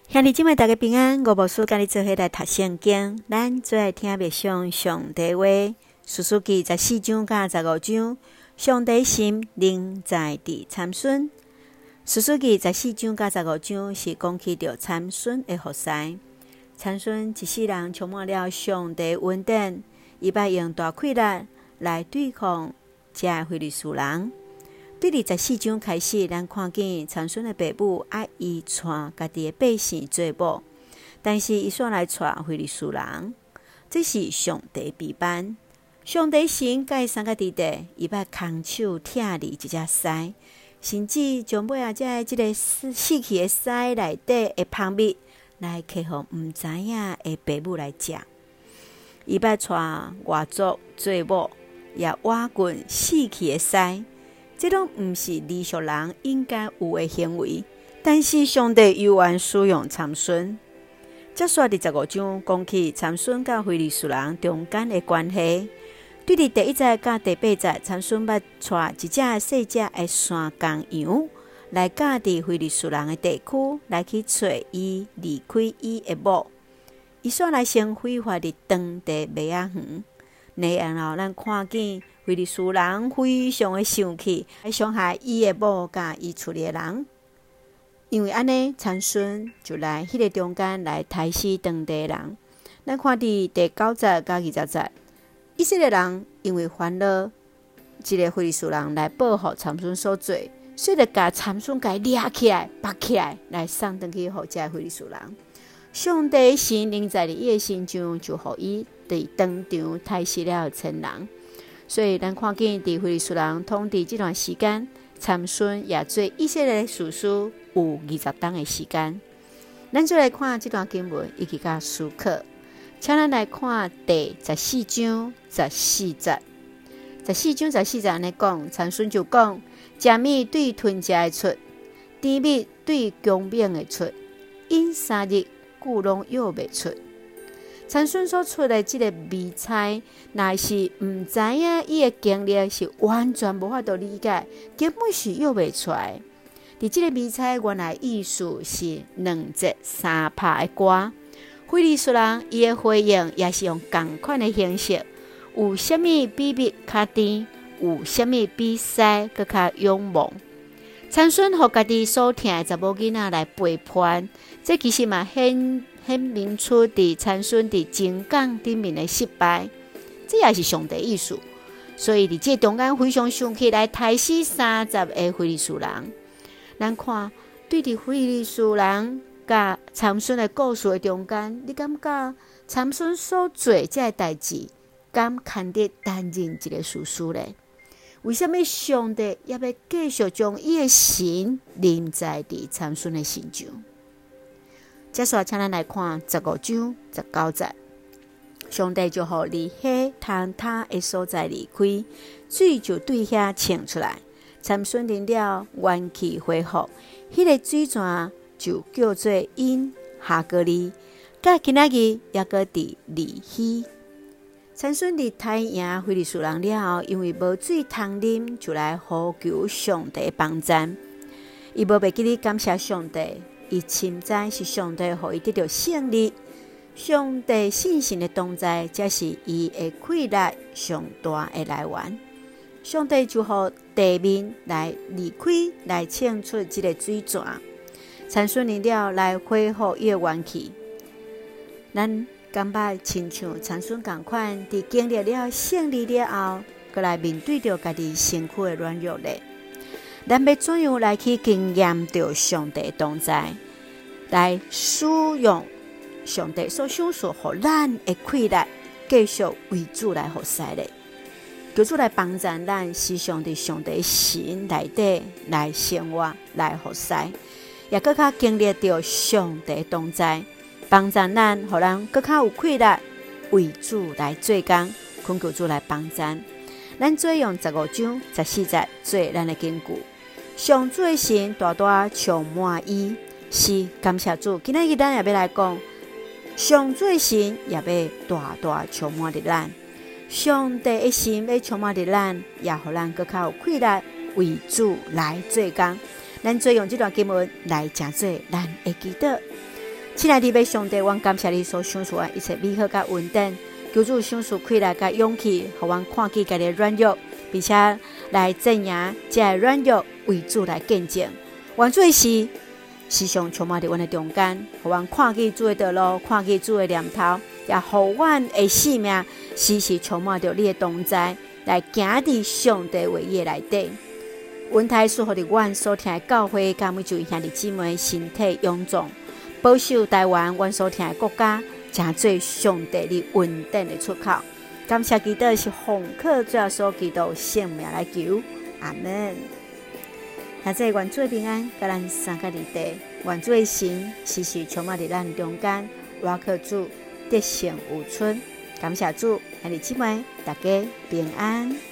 兄弟姐妹大家平安，我牧师甲你做伙来读圣经，咱最爱听默想上帝话。士师记14章甲15章，上帝心仍在伫参孙。士师记14章甲15章是讲起着参孙的服侍。参孙一世人充满了上帝恩典，伊捌用大气力来对抗这非利士人。对24章开始，咱看见参孙的爸母爱伊带家己的百姓做某，但是伊煞来带非利士人，这是上帝备办。上帝神甲伊三个弟弟，伊捌空手疼你一只狮，甚至将尾仔这个死去的狮内底的蜂蜜来给予毋知影的爸母来食。伊捌带外族做某，也挖滚死去的狮。这拢毋是理俗人应该有的行为，但是上帝犹原使用参孙。接续第15章讲起参孙甲非利士人中间的关系。对第1节甲第8节，参孙捌带一只细只的山公羊来架伫非利士人的地区，来去找伊离开伊的某。伊煞来先非法地当地卖仔园。然后咱看见非利士人非常的生气，来伤害伊的某甲伊厝里的人。因为安尼，参孙就来迄个中间来杀死当地的人。咱看第9节甲20节，以色列人因为烦恼一个非利士人来报复参孙所做，所以就甲参孙甲伊抓起来、绑起来，来送回去互这非利士人。上帝神仍在伊的心中，就互伊伫当场杀死了1000人。所以咱看见伫非利士人统治这段时间，参孙也做以色列的士师有20天的时间。咱再来看这段经文以及甲思考，请咱来看第14章14节。14章14节安尼讲，参孙就讲：食米对吞食的出，甜蜜对强猛的出，因3日久拢摇袂出。参孙所出的这个美菜，若是毋知影伊的经历是完全无法度理解，根本是摇袂出来。伫这个美菜原来意思是2节3拍的歌。非利士人伊的回应也是用同款的形式，有啥物比蜜较甜，有啥物比狮搁较勇猛。参孙互家己所疼的查某囡仔来陪伴，这其实嘛显明出伫参孙伫情感顶面的失败，这也是上帝意思。所以伫这中间非常生气，来杀死30个非利士人。咱看对伫非利士人甲参孙的故事的中间，你感觉参孙所做这个代志，敢堪得担任一个士师呢？为什么上帝也要继续将伊的神临在伫参孙的心中？接下来，请咱来看15章19节。上帝就互离迄坍塌的所在离开，水就对遐涌出来。参孙啉了，元气恢复，迄个水泉就叫做因哈格利，甲今仔日也搁伫利希。参孙伫杀赢非利士人了后，因为无水通啉，就来呼求上帝帮助。伊无袂记咧感谢上帝，伊深知是上帝互伊得到胜利。上帝信心的同在，才是伊的气力上大的来源。上帝就互地面来离开，来清出这个水泉。参孙啉了，来恢复伊的元气。咱感觉亲像参孙同款，伫经历了胜利了后，搁来面对着家己身躯的软弱咧。咱要怎样来去经验着上帝同在，来使用上帝所享受予咱的气力，继续为主来服侍咧？求主来帮助咱，时常伫上帝神内底来生活、来服侍，也搁较经历着上帝同在。帮助咱，互咱搁较有气力，为主来做工，恳求主来帮助。咱做用15章14节做咱的根据。上主的神大大充满伊，是感谢主。今仔日咱也要来讲，上主的神也要大大充满伫咱。上帝的神要充满伫咱，也互咱搁较有气力，为主来做工。咱做用这段经文来诚做咱的祈祷。 亲爱的弟上帝，阮感谢你所享受的一切美好甲稳定，求主享受气力甲勇气，互阮看见家己的软弱，并且来镇压这个软弱，为主来见证。愿主的时常充满伫阮的中间，互阮看见主的道路，看见主的念头，也互阮的生命时时充满着你的同在，来行伫上帝话语内底。阮台属乎伫阮所听的教会，甲每一位兄弟姊妹身体勇壮，保守台湾阮所听的国家，成做上帝的稳定的出口。感谢基督是奉靠主耶稣基督圣名来求，阿门。现在愿主的平安，甲咱三个日地，愿主的神时时充满伫咱中间，我靠主得胜有春。感谢主，兄弟姊妹，大家平安。